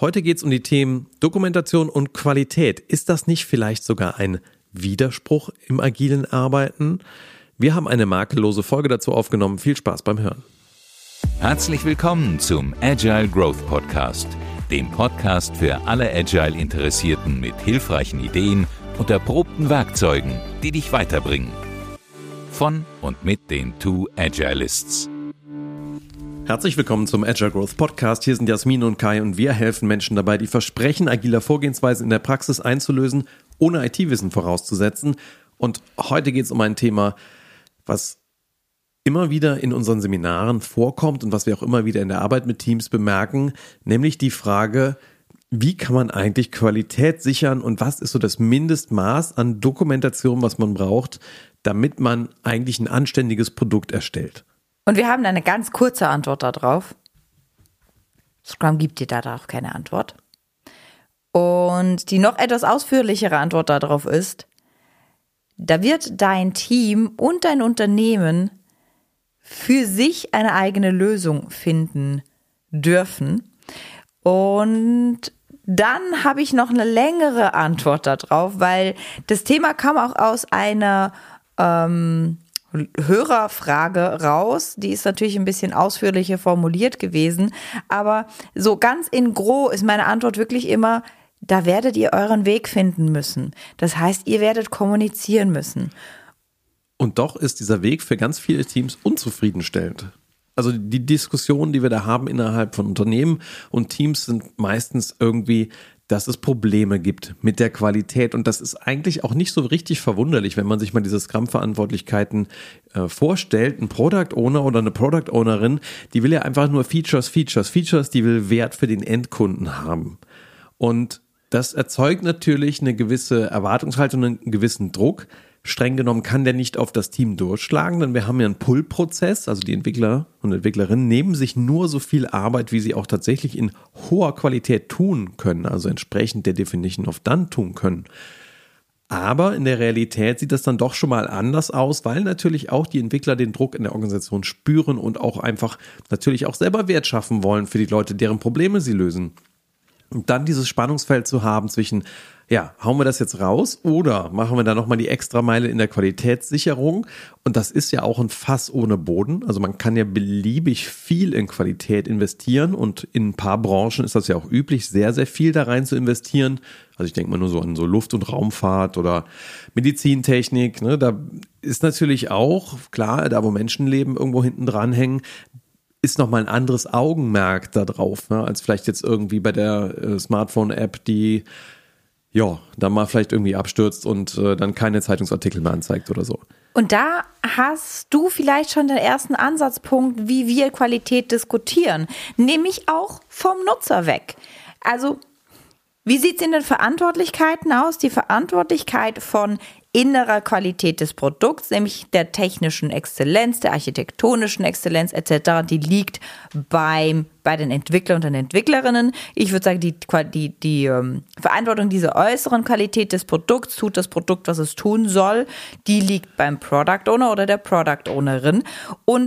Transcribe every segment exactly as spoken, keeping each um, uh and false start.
Heute geht es um die Themen Dokumentation und Qualität. Ist das nicht vielleicht sogar ein Widerspruch im agilen Arbeiten? Wir haben eine makellose Folge dazu aufgenommen. Viel Spaß beim Hören. Herzlich willkommen zum Agile Growth Podcast, dem Podcast für alle Agile-Interessierten mit hilfreichen Ideen und erprobten Werkzeugen, die dich weiterbringen. Von und mit den Two Agilists. Herzlich willkommen zum Agile Growth Podcast. Hier sind Jasmin und Kai und wir helfen Menschen dabei, die Versprechen agiler Vorgehensweisen in der Praxis einzulösen, ohne I T-Wissen vorauszusetzen. Und heute geht es um ein Thema, was immer wieder in unseren Seminaren vorkommt und was wir auch immer wieder in der Arbeit mit Teams bemerken, nämlich die Frage, wie kann man eigentlich Qualität sichern und was ist so das Mindestmaß an Dokumentation, was man braucht, damit man eigentlich ein anständiges Produkt erstellt? Und wir haben eine ganz kurze Antwort darauf. Scrum gibt dir darauf keine Antwort. Und die noch etwas ausführlichere Antwort darauf ist, da wird dein Team und dein Unternehmen für sich eine eigene Lösung finden dürfen. Und dann habe ich noch eine längere Antwort darauf, weil das Thema kam auch aus einer ähm, Hörerfrage raus. Die ist natürlich ein bisschen ausführlicher formuliert gewesen, aber so ganz in gros ist meine Antwort wirklich immer, da werdet ihr euren Weg finden müssen. Das heißt, ihr werdet kommunizieren müssen. Und doch ist dieser Weg für ganz viele Teams unzufriedenstellend. Also die Diskussionen, die wir da haben innerhalb von Unternehmen und Teams sind meistens irgendwie, dass es Probleme gibt mit der Qualität. Und das ist eigentlich auch nicht so richtig verwunderlich, wenn man sich mal diese Scrum-Verantwortlichkeiten äh, vorstellt. Ein Product Owner oder eine Product Ownerin, die will ja einfach nur Features, Features, Features, die will Wert für den Endkunden haben. Und das erzeugt natürlich eine gewisse Erwartungshaltung und einen gewissen Druck. Streng genommen kann der nicht auf das Team durchschlagen, denn wir haben ja einen Pull-Prozess, also die Entwickler und Entwicklerinnen nehmen sich nur so viel Arbeit, wie sie auch tatsächlich in hoher Qualität tun können, also entsprechend der Definition of Done tun können. Aber in der Realität sieht das dann doch schon mal anders aus, weil natürlich auch die Entwickler den Druck in der Organisation spüren und auch einfach natürlich auch selber Wert schaffen wollen für die Leute, deren Probleme sie lösen. Und dann dieses Spannungsfeld zu haben zwischen, ja, hauen wir das jetzt raus oder machen wir da nochmal die Extrameile in der Qualitätssicherung? Und das ist ja auch ein Fass ohne Boden. Also man kann ja beliebig viel in Qualität investieren und in ein paar Branchen ist das ja auch üblich, sehr, sehr viel da rein zu investieren. Also ich denke mal nur so an so Luft- und Raumfahrt oder Medizintechnik. Ne? Da ist natürlich auch, klar, da wo Menschenleben irgendwo hinten dran hängen, ist nochmal ein anderes Augenmerk da drauf, ne, als vielleicht jetzt irgendwie bei der äh, Smartphone-App, die ja dann mal vielleicht irgendwie abstürzt und äh, dann keine Zeitungsartikel mehr anzeigt oder so. Und da hast du vielleicht schon den ersten Ansatzpunkt, wie wir Qualität diskutieren, nämlich auch vom Nutzer weg. Also wie sieht es in den Verantwortlichkeiten aus? Die Verantwortlichkeit von innerer Qualität des Produkts, nämlich der technischen Exzellenz, der architektonischen Exzellenz et cetera, die liegt beim, bei den Entwicklern und den Entwicklerinnen. Ich würde sagen, die, die, die ähm, Verantwortung dieser äußeren Qualität des Produkts, tut das Produkt, was es tun soll, die liegt beim Product Owner oder der Product Ownerin. Und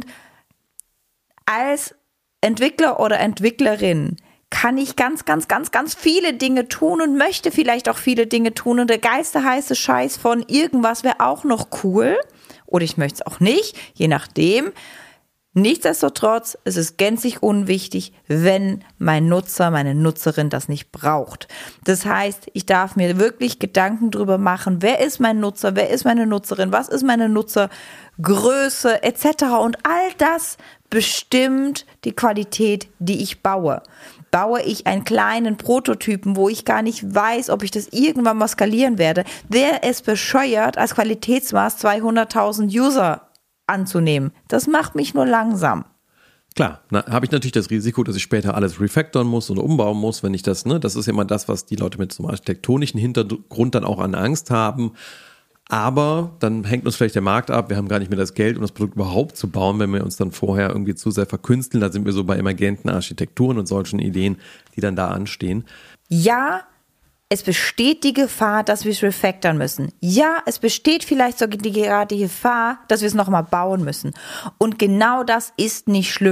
als Entwickler oder Entwicklerin kann ich ganz, ganz, ganz, ganz viele Dinge tun und möchte vielleicht auch viele Dinge tun und der geisterheiße Scheiß von irgendwas wäre auch noch cool oder ich möchte es auch nicht, je nachdem. Nichtsdestotrotz, es ist gänzlich unwichtig, wenn mein Nutzer, meine Nutzerin das nicht braucht. Das heißt, ich darf mir wirklich Gedanken drüber machen, wer ist mein Nutzer, wer ist meine Nutzerin, was ist meine Nutzergröße et cetera. Und all das bestimmt die Qualität, die ich baue. Baue ich einen kleinen Prototypen, wo ich gar nicht weiß, ob ich das irgendwann mal skalieren werde, wäre es bescheuert, als Qualitätsmaß zweihunderttausend User anzunehmen. Das macht mich nur langsam. Klar, habe ich natürlich das Risiko, dass ich später alles refactoren muss und umbauen muss, wenn ich das, ne, das ist ja immer das, was die Leute mit so einem architektonischen Hintergrund dann auch an Angst haben. Aber dann hängt uns vielleicht der Markt ab, wir haben gar nicht mehr das Geld, um das Produkt überhaupt zu bauen, wenn wir uns dann vorher irgendwie zu sehr verkünsteln. Da sind wir so bei emergenten Architekturen und solchen Ideen, die dann da anstehen. Ja, es besteht die Gefahr, dass wir es refactoren müssen. Ja, es besteht vielleicht sogar die Gefahr, dass wir es nochmal bauen müssen. Und genau das ist nicht schlimm.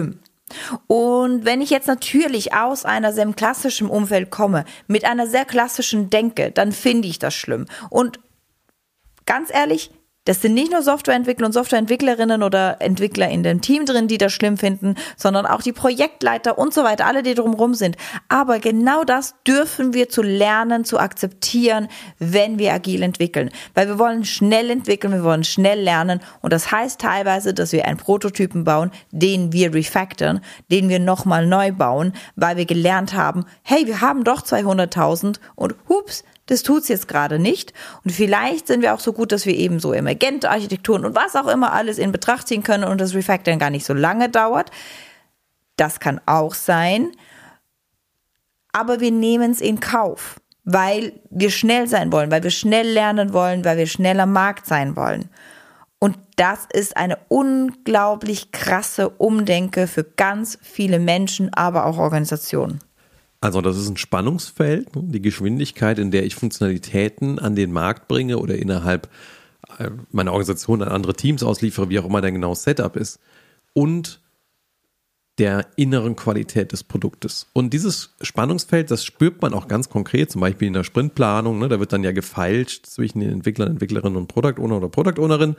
Und wenn ich jetzt natürlich aus einer sehr klassischen Umfeld komme, mit einer sehr klassischen Denke, dann finde ich das schlimm. Und ganz ehrlich, das sind nicht nur Softwareentwickler und Softwareentwicklerinnen oder Entwickler in dem Team drin, die das schlimm finden, sondern auch die Projektleiter und so weiter, alle, die drumherum sind. Aber genau das dürfen wir zu lernen, zu akzeptieren, wenn wir agil entwickeln. Weil wir wollen schnell entwickeln, wir wollen schnell lernen und das heißt teilweise, dass wir einen Prototypen bauen, den wir refactoren, den wir nochmal neu bauen, weil wir gelernt haben, hey, wir haben doch zweihunderttausend und hups, das tut's jetzt gerade nicht. Und vielleicht sind wir auch so gut, dass wir eben so Emergent-Architekturen und was auch immer alles in Betracht ziehen können und das Refactoring gar nicht so lange dauert. Das kann auch sein. Aber wir nehmen es in Kauf, weil wir schnell sein wollen, weil wir schnell lernen wollen, weil wir schnell am Markt sein wollen. Und das ist eine unglaublich krasse Umdenke für ganz viele Menschen, aber auch Organisationen. Also das ist ein Spannungsfeld, die Geschwindigkeit, in der ich Funktionalitäten an den Markt bringe oder innerhalb meiner Organisation an andere Teams ausliefere, wie auch immer dein genaues Setup ist, und der inneren Qualität des Produktes. Und dieses Spannungsfeld, das spürt man auch ganz konkret, zum Beispiel in der Sprintplanung, ne, da wird dann ja gefeilscht zwischen den Entwicklern, Entwicklerinnen und Product Owner oder Product Ownerin,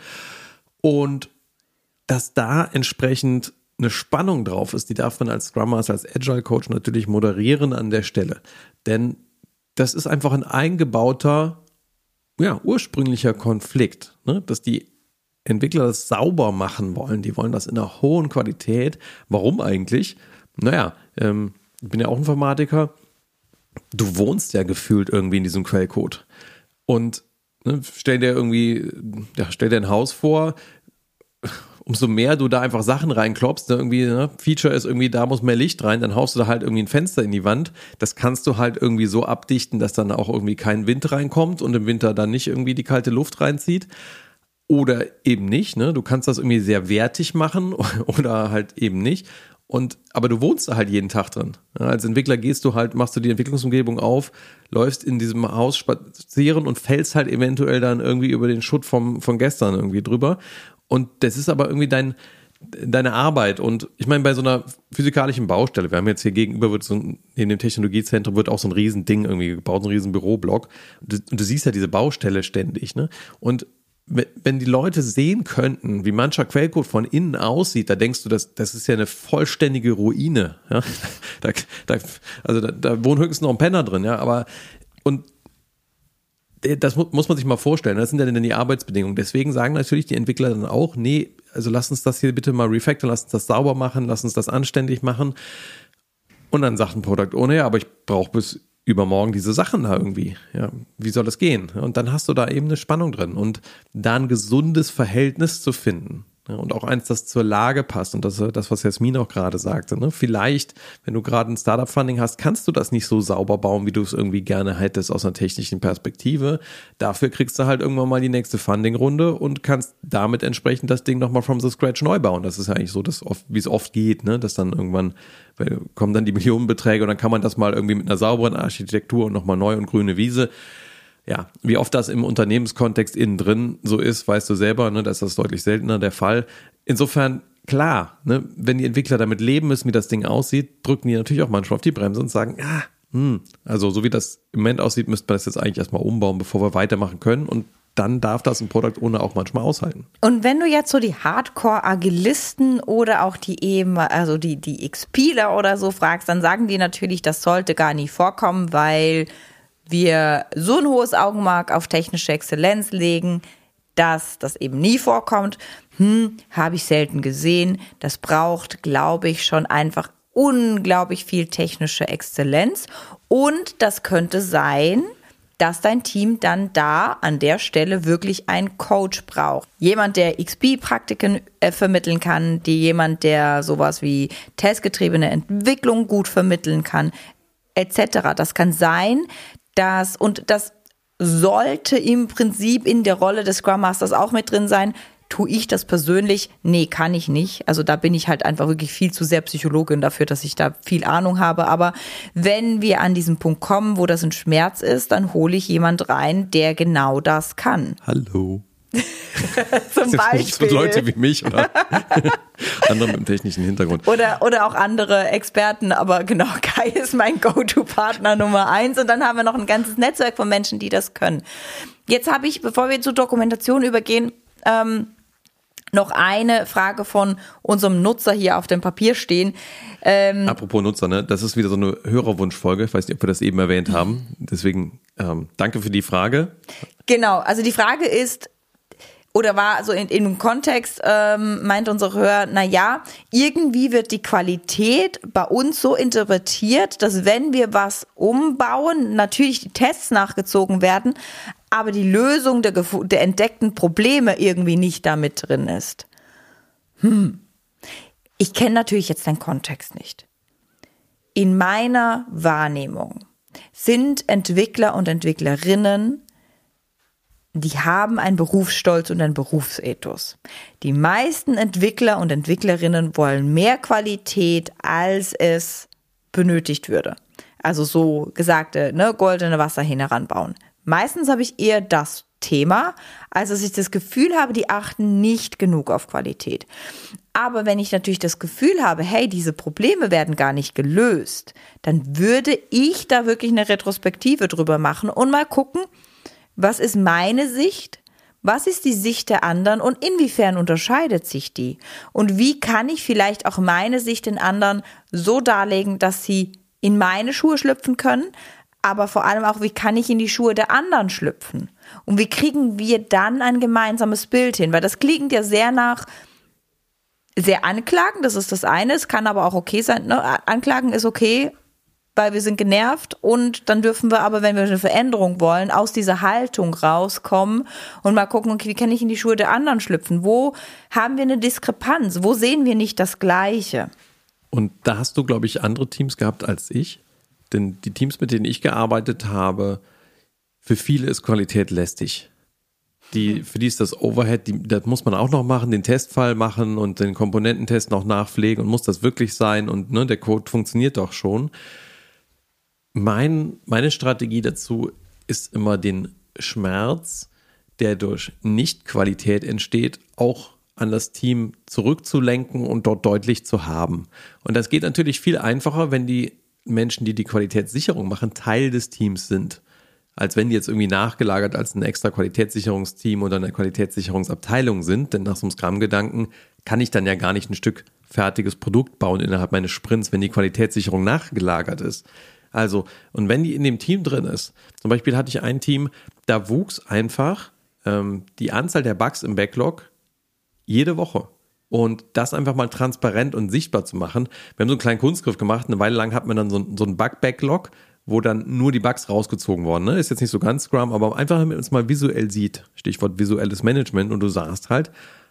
und dass da entsprechend eine Spannung drauf ist, die darf man als Scrum Master, als Agile Coach natürlich moderieren an der Stelle. Denn das ist einfach ein eingebauter, ja, ursprünglicher Konflikt, ne? Dass die Entwickler das sauber machen wollen. Die wollen das in einer hohen Qualität. Warum eigentlich? Naja, ähm, ich bin ja auch Informatiker. Du wohnst ja gefühlt irgendwie in diesem Quellcode. Und ne, stell dir irgendwie, ja, stell dir ein Haus vor, umso mehr du da einfach Sachen reinklopfst, ne, irgendwie, ne, Feature ist irgendwie, da muss mehr Licht rein, dann haust du da halt irgendwie ein Fenster in die Wand. Das kannst du halt irgendwie so abdichten, dass dann auch irgendwie kein Wind reinkommt und im Winter dann nicht irgendwie die kalte Luft reinzieht. Oder eben nicht, ne? Du kannst das irgendwie sehr wertig machen oder halt eben nicht. Und, aber du wohnst da halt jeden Tag drin. Ja, als Entwickler gehst du halt, machst du die Entwicklungsumgebung auf, läufst in diesem Haus spazieren und fällst halt eventuell dann irgendwie über den Schutt vom, von gestern irgendwie drüber. Und das ist aber irgendwie dein, deine Arbeit. Und ich meine, bei so einer physikalischen Baustelle, wir haben jetzt hier gegenüber, wird so ein, in dem Technologiezentrum wird auch so ein Riesending irgendwie gebaut, so ein riesen Büroblock. Und du, und du siehst ja diese Baustelle ständig, ne? Und wenn die Leute sehen könnten, wie mancher Quellcode von innen aussieht, da denkst du, das, das ist ja eine vollständige Ruine. Ja? Da, da, also da, da wohnt höchstens noch ein Penner drin, ja, aber und das muss man sich mal vorstellen, das sind ja dann die Arbeitsbedingungen. Deswegen sagen natürlich die Entwickler dann auch, nee, also lass uns das hier bitte mal refactoren, lass uns das sauber machen, lass uns das anständig machen. Und dann sagt ein Product Owner, ja, aber ich brauche bis übermorgen diese Sachen da irgendwie. Ja, wie soll das gehen? Und dann hast du da eben eine Spannung drin und da ein gesundes Verhältnis zu finden. Ja, und auch eins, das zur Lage passt. Und das, das was Jasmin auch gerade sagte. Ne? Vielleicht, wenn du gerade ein Startup-Funding hast, kannst du das nicht so sauber bauen, wie du es irgendwie gerne hättest aus einer technischen Perspektive. Dafür kriegst du halt irgendwann mal die nächste Funding-Runde und kannst damit entsprechend das Ding nochmal from the scratch neu bauen. Das ist ja eigentlich so, dass oft, wie es oft geht, ne? Dass dann irgendwann weil kommen dann die Millionenbeträge und dann kann man das mal irgendwie mit einer sauberen Architektur und nochmal neu und grüne Wiese. Ja, wie oft das im Unternehmenskontext innen drin so ist, weißt du selber, ne, da ist das deutlich seltener der Fall. Insofern, klar, ne, wenn die Entwickler damit leben müssen, wie das Ding aussieht, drücken die natürlich auch manchmal auf die Bremse und sagen, ah, hm, also so wie das im Moment aussieht, müsste man das jetzt eigentlich erstmal umbauen, bevor wir weitermachen können, und dann darf das ein Product Owner auch manchmal aushalten. Und wenn du jetzt so die Hardcore-Agilisten oder auch die eben, also die, die XPler oder so fragst, dann sagen die natürlich, das sollte gar nie vorkommen, weil wir so ein hohes Augenmerk auf technische Exzellenz legen, dass das eben nie vorkommt. Hm, habe ich selten gesehen. Das braucht, glaube ich, schon einfach unglaublich viel technische Exzellenz. Und das könnte sein, dass dein Team dann da an der Stelle wirklich einen Coach braucht. Jemand, der X P-Praktiken äh, vermitteln kann, die jemand, der sowas wie testgetriebene Entwicklung gut vermitteln kann, et cetera. Das kann sein, dass, und das sollte im Prinzip in der Rolle des Scrum Masters auch mit drin sein. Tue ich das persönlich? Nee, kann ich nicht. Also da bin ich halt einfach wirklich viel zu sehr Psychologin dafür, dass ich da viel Ahnung habe. Aber wenn wir an diesen Punkt kommen, wo das ein Schmerz ist, dann hole ich jemand rein, der genau das kann. Hallo. Zum Beispiel. So Leute wie mich oder andere mit einem technischen Hintergrund. Oder, oder auch andere Experten, aber genau, Kai ist mein Go-To-Partner Nummer eins und dann haben wir noch ein ganzes Netzwerk von Menschen, die das können. Jetzt habe ich, bevor wir zur Dokumentation übergehen, ähm, noch eine Frage von unserem Nutzer hier auf dem Papier stehen. Ähm, Apropos Nutzer, ne? Das ist wieder so eine Hörerwunschfolge. Ich weiß nicht, ob wir das eben erwähnt haben. Deswegen ähm, danke für die Frage. Genau, also die Frage ist, oder war also in, in dem Kontext, ähm, meint unsere Hörer, na ja, irgendwie wird die Qualität bei uns so interpretiert, dass wenn wir was umbauen, natürlich die Tests nachgezogen werden, aber die Lösung der, der entdeckten Probleme irgendwie nicht da mit drin ist. Hm. Ich kenne natürlich jetzt den Kontext nicht. In meiner Wahrnehmung sind Entwickler und Entwicklerinnen, die haben einen Berufsstolz und ein Berufsethos. Die meisten Entwickler und Entwicklerinnen wollen mehr Qualität, als es benötigt würde. Also so gesagte, ne, goldene Wasserhähne ranbauen. Meistens habe ich eher das Thema, als dass ich das Gefühl habe, die achten nicht genug auf Qualität. Aber wenn ich natürlich das Gefühl habe, hey, diese Probleme werden gar nicht gelöst, dann würde ich da wirklich eine Retrospektive drüber machen und mal gucken, was ist meine Sicht, was ist die Sicht der anderen und inwiefern unterscheidet sich die? Und wie kann ich vielleicht auch meine Sicht den anderen so darlegen, dass sie in meine Schuhe schlüpfen können, aber vor allem auch, wie kann ich in die Schuhe der anderen schlüpfen? Und wie kriegen wir dann ein gemeinsames Bild hin? Weil das klingt ja sehr nach sehr anklagen, das ist das eine, es kann aber auch okay sein, ne? Anklagen ist okay, weil wir sind genervt und dann dürfen wir aber, wenn wir eine Veränderung wollen, aus dieser Haltung rauskommen und mal gucken, okay, wie kann ich in die Schuhe der anderen schlüpfen? Wo haben wir eine Diskrepanz? Wo sehen wir nicht das Gleiche? Und da hast du, glaube ich, andere Teams gehabt als ich. Denn die Teams, mit denen ich gearbeitet habe, für viele ist Qualität lästig. Die, für die ist das Overhead, die, das muss man auch noch machen, den Testfall machen und den Komponententest noch nachpflegen und muss das wirklich sein und ne, der Code funktioniert doch schon. Mein, meine Strategie dazu ist immer den Schmerz, der durch Nicht-Qualität entsteht, auch an das Team zurückzulenken und dort deutlich zu haben. Und das geht natürlich viel einfacher, wenn die Menschen, die die Qualitätssicherung machen, Teil des Teams sind, als wenn die jetzt irgendwie nachgelagert als ein extra Qualitätssicherungsteam oder eine Qualitätssicherungsabteilung sind, denn nach so einem Scrum-Gedanken kann ich dann ja gar nicht ein Stück fertiges Produkt bauen innerhalb meines Sprints, wenn die Qualitätssicherung nachgelagert ist. Also, und wenn die in dem Team drin ist, zum Beispiel hatte ich ein Team, da wuchs einfach ähm, die Anzahl der Bugs im Backlog jede Woche. Und das einfach mal transparent und sichtbar zu machen. Wir haben so einen kleinen Kunstgriff gemacht, eine Weile lang hat man dann so, so einen Bug-Backlog, wo dann nur die Bugs rausgezogen wurden. Ne? Ist jetzt nicht so ganz Scrum, aber einfach, damit man es mal visuell sieht. Stichwort visuelles Management. Und du sagst halt,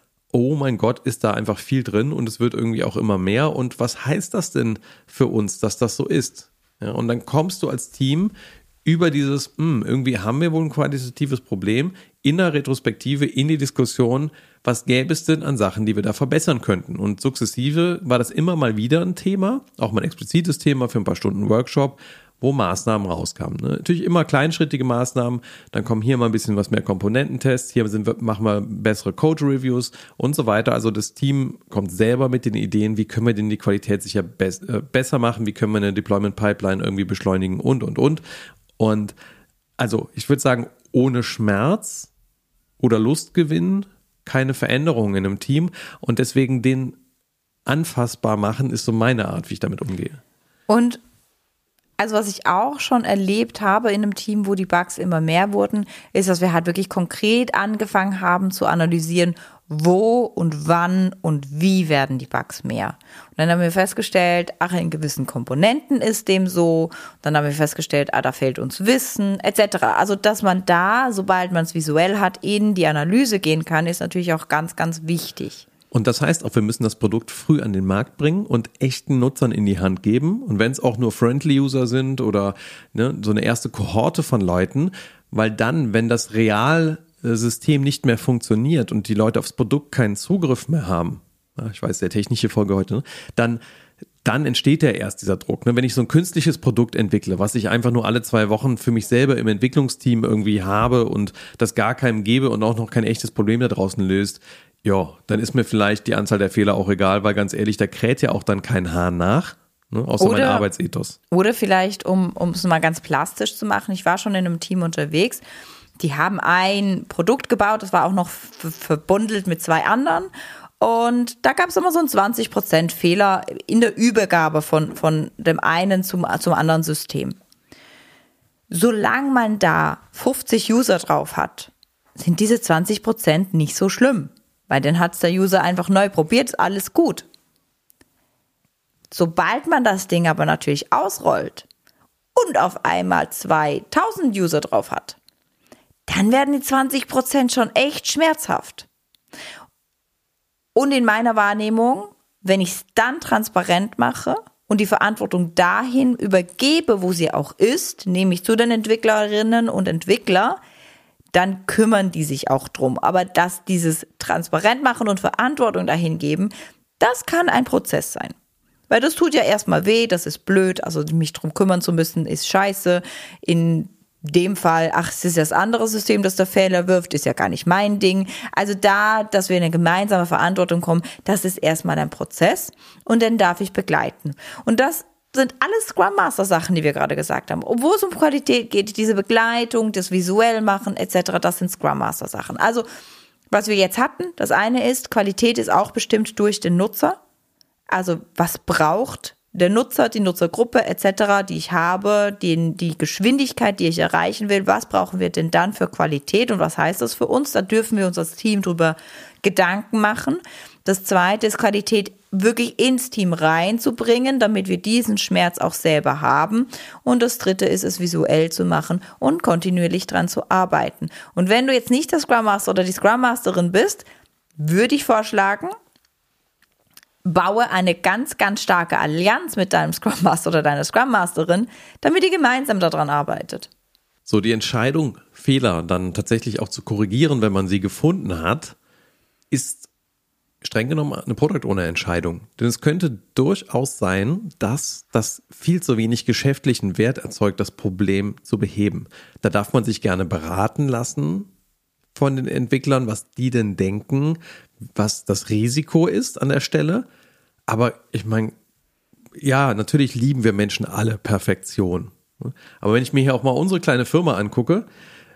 oh mein Gott, ist da einfach viel drin und es wird irgendwie auch immer mehr. Und was heißt das denn für uns, dass das so ist? Ja, und dann kommst du als Team über dieses, mh, irgendwie haben wir wohl ein qualitatives Problem, in der Retrospektive, in die Diskussion, was gäbe es denn an Sachen, die wir da verbessern könnten? Und sukzessive war das immer mal wieder ein Thema, auch mal ein explizites Thema für ein paar Stunden Workshop, wo Maßnahmen rauskamen. Ne? Natürlich immer kleinschrittige Maßnahmen, dann kommen hier mal ein bisschen was mehr Komponententests, hier sind wir, machen wir bessere Code-Reviews und so weiter. Also das Team kommt selber mit den Ideen, wie können wir denn die Qualität sicher be- äh, besser machen, wie können wir eine Deployment-Pipeline irgendwie beschleunigen und, und, und. Und also ich würde sagen, ohne Schmerz oder Lustgewinn keine Veränderung in einem Team und deswegen den anfassbar machen, ist so meine Art, wie ich damit umgehe. Und also was ich auch schon erlebt habe in einem Team, wo die Bugs immer mehr wurden, ist, dass wir halt wirklich konkret angefangen haben zu analysieren, wo und wann und wie werden die Bugs mehr. Und dann haben wir festgestellt, ach, in gewissen Komponenten ist dem so. Dann haben wir festgestellt, ah, da fehlt uns Wissen, et cetera. Also, dass man da, sobald man es visuell hat, in die Analyse gehen kann, ist natürlich auch ganz, ganz wichtig. Und das heißt auch, wir müssen das Produkt früh an den Markt bringen und echten Nutzern in die Hand geben. Und wenn es auch nur Friendly-User sind oder ne, so eine erste Kohorte von Leuten, weil dann, wenn das Realsystem nicht mehr funktioniert und die Leute aufs Produkt keinen Zugriff mehr haben, ja, ich weiß, sehr technische Folge heute, ne, dann dann entsteht ja erst dieser Druck. Wenn ich so ein künstliches Produkt entwickle, was ich einfach nur alle zwei Wochen für mich selber im Entwicklungsteam irgendwie habe und das gar keinem gebe und auch noch kein echtes Problem da draußen löst, ja, dann ist mir vielleicht die Anzahl der Fehler auch egal, weil ganz ehrlich, da kräht ja auch dann kein Hahn nach, ne, außer mein Arbeitsethos. Oder vielleicht, um um es mal ganz plastisch zu machen, ich war schon in einem Team unterwegs, die haben ein Produkt gebaut, das war auch noch f- verbundelt mit zwei anderen. Und da gab es immer so einen zwanzig Prozent Fehler in der Übergabe von, von dem einen zum, zum anderen System. Solange man da fünfzig User drauf hat, sind diese zwanzig Prozent nicht so schlimm. Weil dann hat es der User einfach neu probiert, ist alles gut. Sobald man das Ding aber natürlich ausrollt und auf einmal zweitausend User drauf hat, dann werden die zwanzig Prozent schon echt schmerzhaft. Und in meiner Wahrnehmung, wenn ich es dann transparent mache und die Verantwortung dahin übergebe, wo sie auch ist, nämlich zu den Entwicklerinnen und Entwicklern, dann kümmern die sich auch drum. Aber dass dieses transparent machen und Verantwortung dahin geben, das kann ein Prozess sein. Weil das tut ja erstmal weh, das ist blöd, also mich drum kümmern zu müssen, ist scheiße. In dem Fall, ach, es ist ja das andere System, das der Fehler wirft, ist ja gar nicht mein Ding. Also da, dass wir in eine gemeinsame Verantwortung kommen, das ist erstmal ein Prozess und dann darf ich begleiten. Und das sind alles Scrum Master Sachen, die wir gerade gesagt haben. Obwohl es um Qualität geht, diese Begleitung, das visuell machen et cetera, das sind Scrum Master Sachen. Also was wir jetzt hatten, das eine ist, Qualität ist auch bestimmt durch den Nutzer. Also was braucht der Nutzer, die Nutzergruppe et cetera, die ich habe, die, die Geschwindigkeit, die ich erreichen will, was brauchen wir denn dann für Qualität und was heißt das für uns? Da dürfen wir uns als Team drüber Gedanken machen. Das zweite ist, Qualität wirklich ins Team reinzubringen, damit wir diesen Schmerz auch selber haben. Und das dritte ist, es visuell zu machen und kontinuierlich dran zu arbeiten. Und wenn du jetzt nicht der Scrum Master oder die Scrum Masterin bist, würde ich vorschlagen, baue eine ganz, ganz starke Allianz mit deinem Scrum Master oder deiner Scrum Masterin, damit ihr gemeinsam daran arbeitet. So, die Entscheidung, Fehler dann tatsächlich auch zu korrigieren, wenn man sie gefunden hat, ist streng genommen eine Product Owner Entscheidung. Denn es könnte durchaus sein, dass das viel zu wenig geschäftlichen Wert erzeugt, das Problem zu beheben. Da darf man sich gerne beraten lassen von den Entwicklern, was die denn denken, was das Risiko ist an der Stelle. Aber ich meine, ja, natürlich lieben wir Menschen alle Perfektion. Aber wenn ich mir hier auch mal unsere kleine Firma angucke,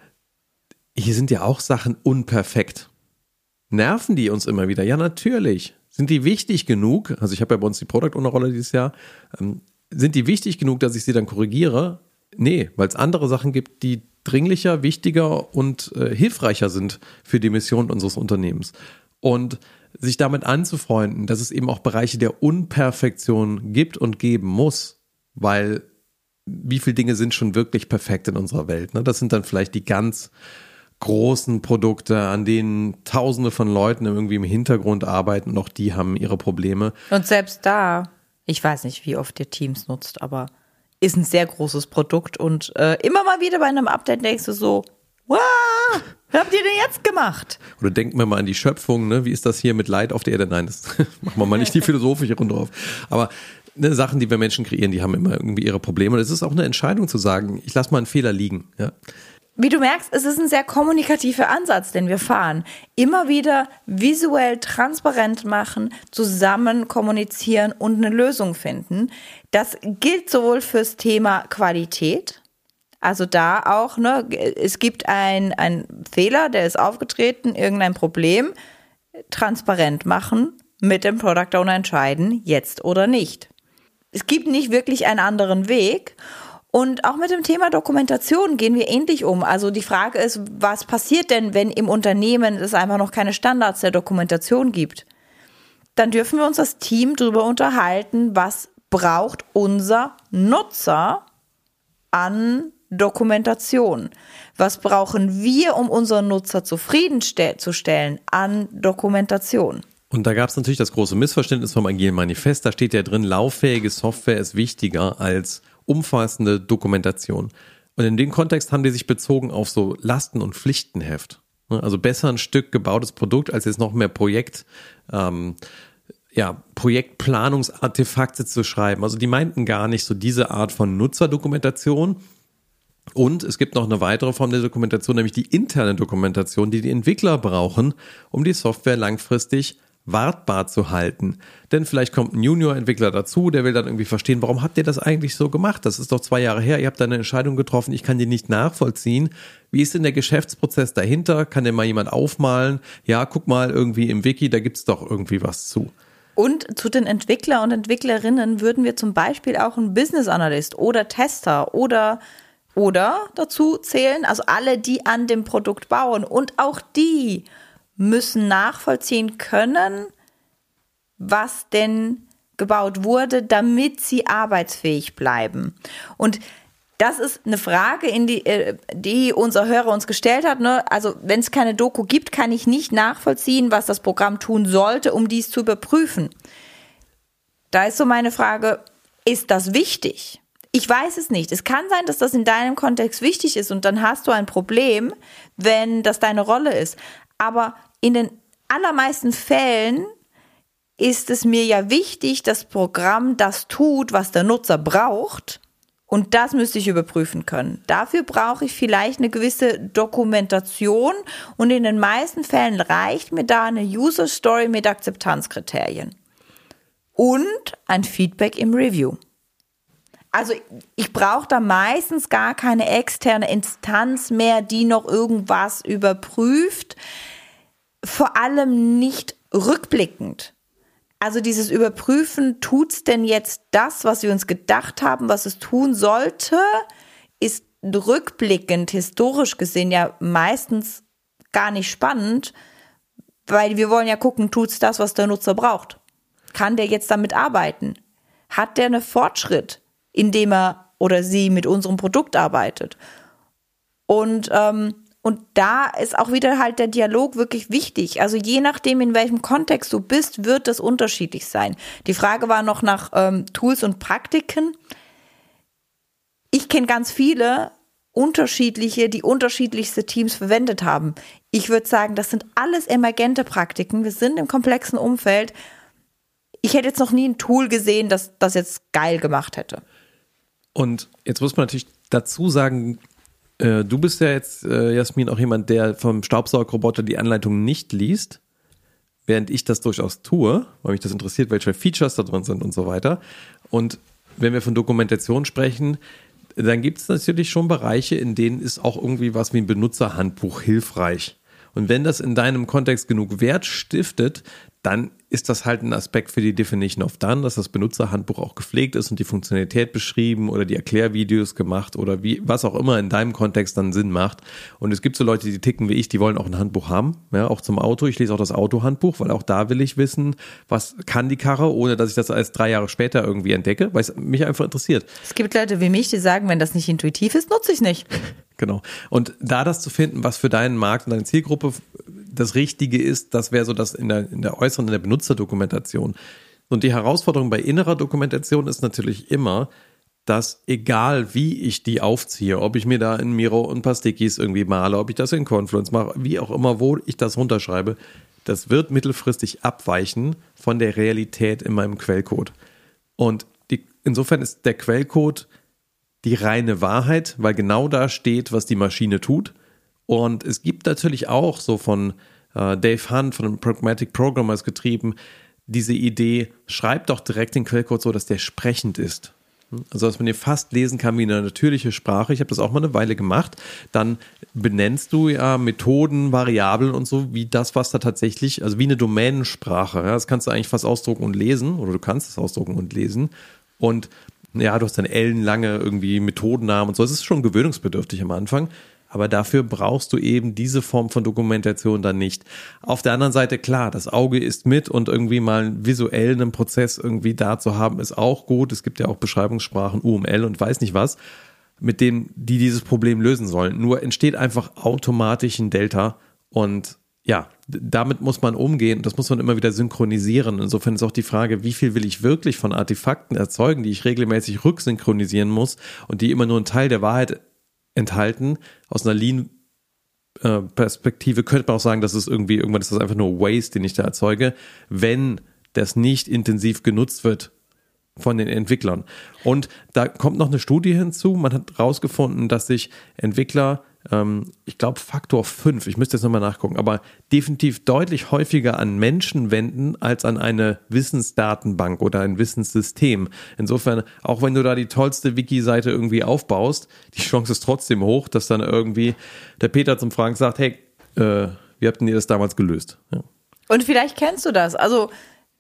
hier sind ja auch Sachen unperfekt. Nerven die uns immer wieder? Ja, natürlich. Sind die wichtig genug? Also ich habe ja bei uns die Product Owner Rolle dieses Jahr. Ähm, sind die wichtig genug, dass ich sie dann korrigiere? Nee, weil es andere Sachen gibt, die dringlicher, wichtiger und äh, hilfreicher sind für die Mission unseres Unternehmens. Und sich damit anzufreunden, dass es eben auch Bereiche der Unperfektion gibt und geben muss, weil wie viele Dinge sind schon wirklich perfekt in unserer Welt? Ne? Das sind dann vielleicht die ganz großen Produkte, an denen Tausende von Leuten irgendwie im Hintergrund arbeiten und auch die haben ihre Probleme. Und selbst da, ich weiß nicht, wie oft ihr Teams nutzt, aber ist ein sehr großes Produkt und äh, immer mal wieder bei einem Update denkst du so, wow, was habt ihr denn jetzt gemacht? Oder denken wir mal an die Schöpfung, ne? Wie ist das hier mit Leid auf der Erde? Nein, das machen wir mal nicht die philosophische Runde auf. Aber ne, Sachen, die wir Menschen kreieren, die haben immer irgendwie ihre Probleme. Und es ist auch eine Entscheidung zu sagen, ich lasse mal einen Fehler liegen. Ja. Wie du merkst, es ist ein sehr kommunikativer Ansatz, den wir fahren. Immer wieder visuell transparent machen, zusammen kommunizieren und eine Lösung finden. Das gilt sowohl fürs Thema Qualität, also da auch, ne, es gibt ein, ein Fehler, der ist aufgetreten, irgendein Problem, transparent machen, mit dem Product Owner entscheiden, jetzt oder nicht. Es gibt nicht wirklich einen anderen Weg. Und auch mit dem Thema Dokumentation gehen wir ähnlich um. Also die Frage ist, was passiert denn, wenn im Unternehmen es einfach noch keine Standards der Dokumentation gibt? Dann dürfen wir uns als Team darüber unterhalten, was braucht unser Nutzer an Dokumentation? Was brauchen wir, um unseren Nutzer zufriedenzustellen an Dokumentation? Und da gab es natürlich das große Missverständnis vom Agilen Manifest. Da steht ja drin, lauffähige Software ist wichtiger als umfassende Dokumentation. Und in dem Kontext haben die sich bezogen auf so Lasten- und Pflichtenheft. Also besser ein Stück gebautes Produkt als jetzt noch mehr Projekt, ähm, ja, Projektplanungsartefakte zu schreiben. Also die meinten gar nicht so diese Art von Nutzerdokumentation. Und es gibt noch eine weitere Form der Dokumentation, nämlich die interne Dokumentation, die die Entwickler brauchen, um die Software langfristig wartbar zu halten. Denn vielleicht kommt ein Junior-Entwickler dazu, der will dann irgendwie verstehen, warum habt ihr das eigentlich so gemacht? Das ist doch zwei Jahre her, ihr habt da eine Entscheidung getroffen, ich kann die nicht nachvollziehen. Wie ist denn der Geschäftsprozess dahinter? Kann denn mal jemand aufmalen? Ja, guck mal irgendwie im Wiki, da gibt's doch irgendwie was zu. Und zu den Entwickler und Entwicklerinnen würden wir zum Beispiel auch einen Business Analyst oder Tester oder Oder dazu zählen, also alle, die an dem Produkt bauen. Und auch die müssen nachvollziehen können, was denn gebaut wurde, damit sie arbeitsfähig bleiben. Und das ist eine Frage, in die, die unser Hörer uns gestellt hat. Ne? Also wenn es keine Doku gibt, kann ich nicht nachvollziehen, was das Programm tun sollte, um dies zu überprüfen. Da ist so meine Frage, ist das wichtig? Ich weiß es nicht. Es kann sein, dass das in deinem Kontext wichtig ist und dann hast du ein Problem, wenn das deine Rolle ist. Aber in den allermeisten Fällen ist es mir ja wichtig, dass das Programm das tut, was der Nutzer braucht, und das müsste ich überprüfen können. Dafür brauche ich vielleicht eine gewisse Dokumentation und in den meisten Fällen reicht mir da eine User Story mit Akzeptanzkriterien und ein Feedback im Review. Also ich brauche da meistens gar keine externe Instanz mehr, die noch irgendwas überprüft. Vor allem nicht rückblickend. Also dieses Überprüfen, tut's denn jetzt das, was wir uns gedacht haben, was es tun sollte, ist rückblickend, historisch gesehen ja meistens gar nicht spannend, weil wir wollen ja gucken, tut's das, was der Nutzer braucht? Kann der jetzt damit arbeiten? Hat der einen Fortschritt, indem er oder sie mit unserem Produkt arbeitet? Und, ähm, und da ist auch wieder halt der Dialog wirklich wichtig. Also je nachdem, in welchem Kontext du bist, wird das unterschiedlich sein. Die Frage war noch nach ähm, Tools und Praktiken. Ich kenne ganz viele unterschiedliche, die unterschiedlichste Teams verwendet haben. Ich würde sagen, das sind alles emergente Praktiken. Wir sind im komplexen Umfeld. Ich hätte jetzt noch nie ein Tool gesehen, das das jetzt geil gemacht hätte. Und jetzt muss man natürlich dazu sagen, äh, du bist ja jetzt, äh, Jasmin, auch jemand, der vom Staubsaugerroboter die Anleitung nicht liest, während ich das durchaus tue, weil mich das interessiert, welche Features da drin sind und so weiter. Und wenn wir von Dokumentation sprechen, dann gibt es natürlich schon Bereiche, in denen ist auch irgendwie was wie ein Benutzerhandbuch hilfreich. Und wenn das in deinem Kontext genug Wert stiftet, dann ist das halt ein Aspekt für die Definition of Done, dass das Benutzerhandbuch auch gepflegt ist und die Funktionalität beschrieben oder die Erklärvideos gemacht oder wie, was auch immer in deinem Kontext dann Sinn macht. Und es gibt so Leute, die ticken wie ich, die wollen auch ein Handbuch haben, ja, auch zum Auto. Ich lese auch das Autohandbuch, weil auch da will ich wissen, was kann die Karre, ohne dass ich das erst drei Jahre später irgendwie entdecke, weil es mich einfach interessiert. Es gibt Leute wie mich, die sagen, wenn das nicht intuitiv ist, nutze ich es nicht. Genau. Und da das zu finden, was für deinen Markt und deine Zielgruppe das Richtige ist, das wäre so das in der, in der äußeren, in der Benutzerdokumentation. Und die Herausforderung bei innerer Dokumentation ist natürlich immer, dass egal wie ich die aufziehe, ob ich mir da in Miro und ein paar Stickies irgendwie male, ob ich das in Confluence mache, wie auch immer, wo ich das runterschreibe, das wird mittelfristig abweichen von der Realität in meinem Quellcode. Und die, insofern ist der Quellcode die reine Wahrheit, weil genau da steht, was die Maschine tut. Und es gibt natürlich auch so von äh, Dave Hunt, von den Pragmatic Programmers getrieben, diese Idee, schreib doch direkt den Quellcode so, dass der sprechend ist. Also, dass man den fast lesen kann wie eine natürliche Sprache. Ich habe das auch mal eine Weile gemacht. Dann benennst du ja Methoden, Variablen und so, wie das, was da tatsächlich, also wie eine Domänensprache. Ja, das kannst du eigentlich fast ausdrucken und lesen, oder du kannst es ausdrucken und lesen. Und ja, du hast dann ellenlange irgendwie Methodennamen und so. Es ist schon gewöhnungsbedürftig am Anfang. Aber dafür brauchst du eben diese Form von Dokumentation dann nicht. Auf der anderen Seite, klar, das Auge ist mit und irgendwie mal einen visuellen Prozess irgendwie da zu haben, ist auch gut. Es gibt ja auch Beschreibungssprachen, U M L und weiß nicht was, mit denen die dieses Problem lösen sollen. Nur entsteht einfach automatisch ein Delta und ja, damit muss man umgehen und das muss man immer wieder synchronisieren. Insofern ist auch die Frage, wie viel will ich wirklich von Artefakten erzeugen, die ich regelmäßig rücksynchronisieren muss und die immer nur einen Teil der Wahrheit enthalten. Aus einer Lean-Perspektive könnte man auch sagen, das ist irgendwie, irgendwann ist das einfach nur Waste, den ich da erzeuge. Wenn das nicht intensiv genutzt wird von den Entwicklern. Und da kommt noch eine Studie hinzu. Man hat herausgefunden, dass sich Entwickler, ähm, ich glaube Faktor fünf, ich müsste jetzt nochmal nachgucken, aber definitiv deutlich häufiger an Menschen wenden als an eine Wissensdatenbank oder ein Wissenssystem. Insofern, auch wenn du da die tollste Wiki-Seite irgendwie aufbaust, die Chance ist trotzdem hoch, dass dann irgendwie der Peter zum Frank sagt, hey, äh, wie habt ihr das damals gelöst? Ja. Und vielleicht kennst du das. Also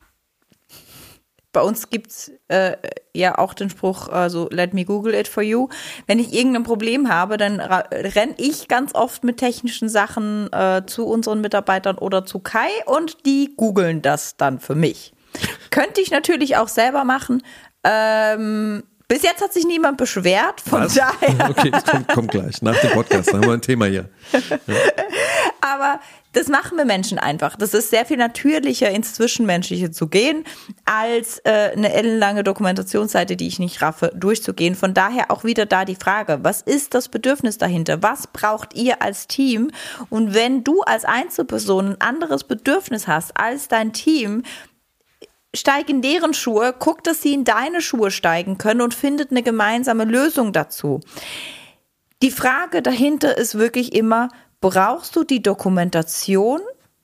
bei uns gibt es äh, ja auch den Spruch, also let me Google it for you. Wenn ich irgendein Problem habe, dann ra- renne ich ganz oft mit technischen Sachen äh, zu unseren Mitarbeitern oder zu Kai und die googeln das dann für mich. Könnte ich natürlich auch selber machen. Ähm, bis jetzt hat sich niemand beschwert, von Was? daher. Okay, das kommt, kommt gleich, nach dem Podcast, da haben wir ein Thema hier. Ja. Aber das machen wir Menschen einfach. Das ist sehr viel natürlicher, ins Zwischenmenschliche zu gehen, als äh, eine ellenlange Dokumentationsseite, die ich nicht raffe, durchzugehen. Von daher auch wieder da die Frage, was ist das Bedürfnis dahinter? Was braucht ihr als Team? Und wenn du als Einzelperson ein anderes Bedürfnis hast als dein Team, steig in deren Schuhe, guck, dass sie in deine Schuhe steigen können und findet eine gemeinsame Lösung dazu. Die Frage dahinter ist wirklich immer, brauchst du die Dokumentation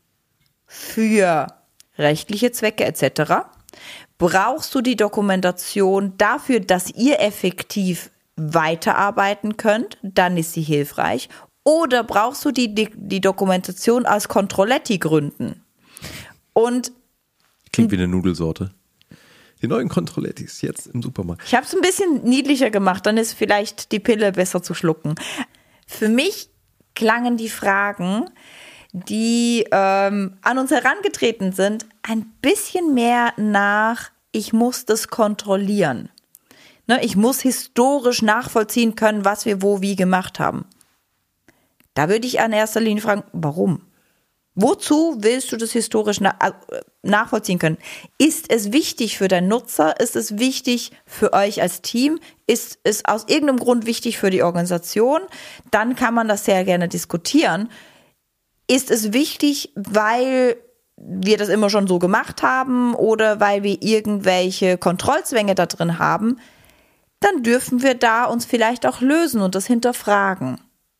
für rechtliche Zwecke et cetera? Brauchst du die Dokumentation dafür, dass ihr effektiv weiterarbeiten könnt? Dann ist sie hilfreich. Oder brauchst du die, die, die Dokumentation aus Controletti-Gründen? Und Klingt wie eine Nudelsorte. Die neuen Controlettis jetzt im Supermarkt. ich habe es ein bisschen niedlicher gemacht, dann ist vielleicht die Pille besser zu schlucken. Für mich klangen die Fragen, die ähm, an uns herangetreten sind, ein bisschen mehr nach, ich muss das kontrollieren. Ne, ich muss historisch nachvollziehen können, was wir wo wie gemacht haben. Da würde ich an erster Linie fragen, warum? Wozu willst du das historisch na- nachvollziehen können? Ist es wichtig für deinen Nutzer? Ist es wichtig für euch als Team? Ist es aus irgendeinem Grund wichtig für die Organisation? Dann kann man das sehr gerne diskutieren. Ist es wichtig, weil wir das immer schon so gemacht haben oder weil wir irgendwelche Kontrollzwänge da drin haben? Dann dürfen wir da uns vielleicht auch lösen und das hinterfragen.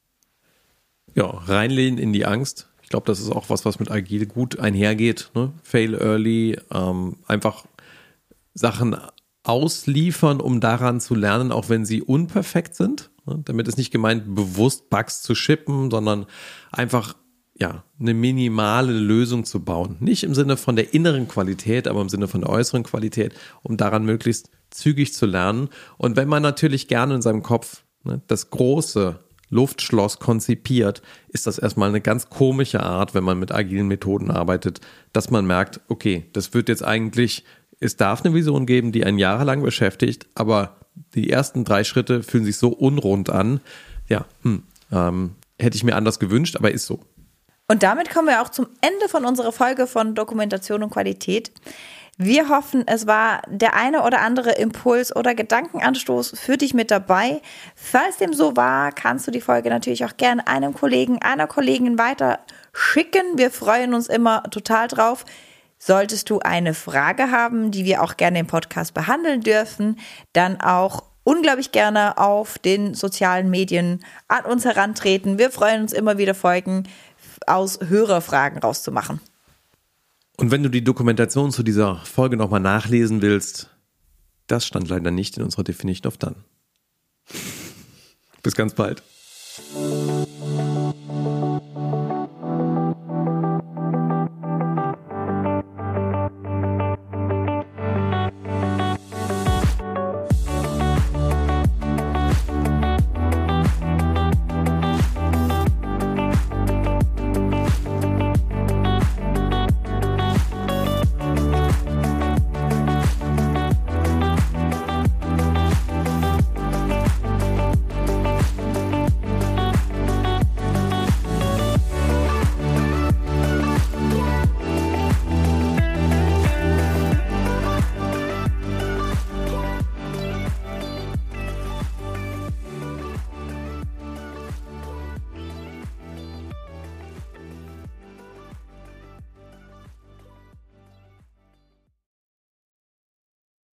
Ja, reinlehnen in die Angst. Ich glaube, das ist auch was, was mit Agil gut einhergeht. Ne? Fail early, ähm, einfach Sachen ausliefern, um daran zu lernen, auch wenn sie unperfekt sind. Ne? Damit ist nicht gemeint, bewusst Bugs zu shippen, sondern einfach ja eine minimale Lösung zu bauen. Nicht im Sinne von der inneren Qualität, aber im Sinne von der äußeren Qualität, um daran möglichst zügig zu lernen. Und wenn man natürlich gerne in seinem Kopf ne, das große Luftschloss konzipiert, ist das erstmal eine ganz komische Art, wenn man mit agilen Methoden arbeitet, dass man merkt, okay, das wird jetzt eigentlich, es darf eine Vision geben, die einen jahrelang beschäftigt, aber die ersten drei Schritte fühlen sich so unrund an. Ja, hm, ähm, hätte ich mir anders gewünscht, aber ist so. Und damit kommen wir auch zum Ende von unserer Folge von Dokumentation und Qualität. Wir hoffen, es war der eine oder andere Impuls oder Gedankenanstoß für dich mit dabei. Falls dem so war, kannst du die Folge natürlich auch gerne einem Kollegen, einer Kollegin weiter schicken. Wir freuen uns immer total drauf. Solltest du eine Frage haben, die wir auch gerne im Podcast behandeln dürfen, dann auch unglaublich gerne auf den sozialen Medien an uns herantreten. Wir freuen uns immer wieder, Folgen aus Hörerfragen rauszumachen. Und wenn du die Dokumentation zu dieser Folge nochmal nachlesen willst, das stand leider nicht in unserer Definition of Done. Bis ganz bald.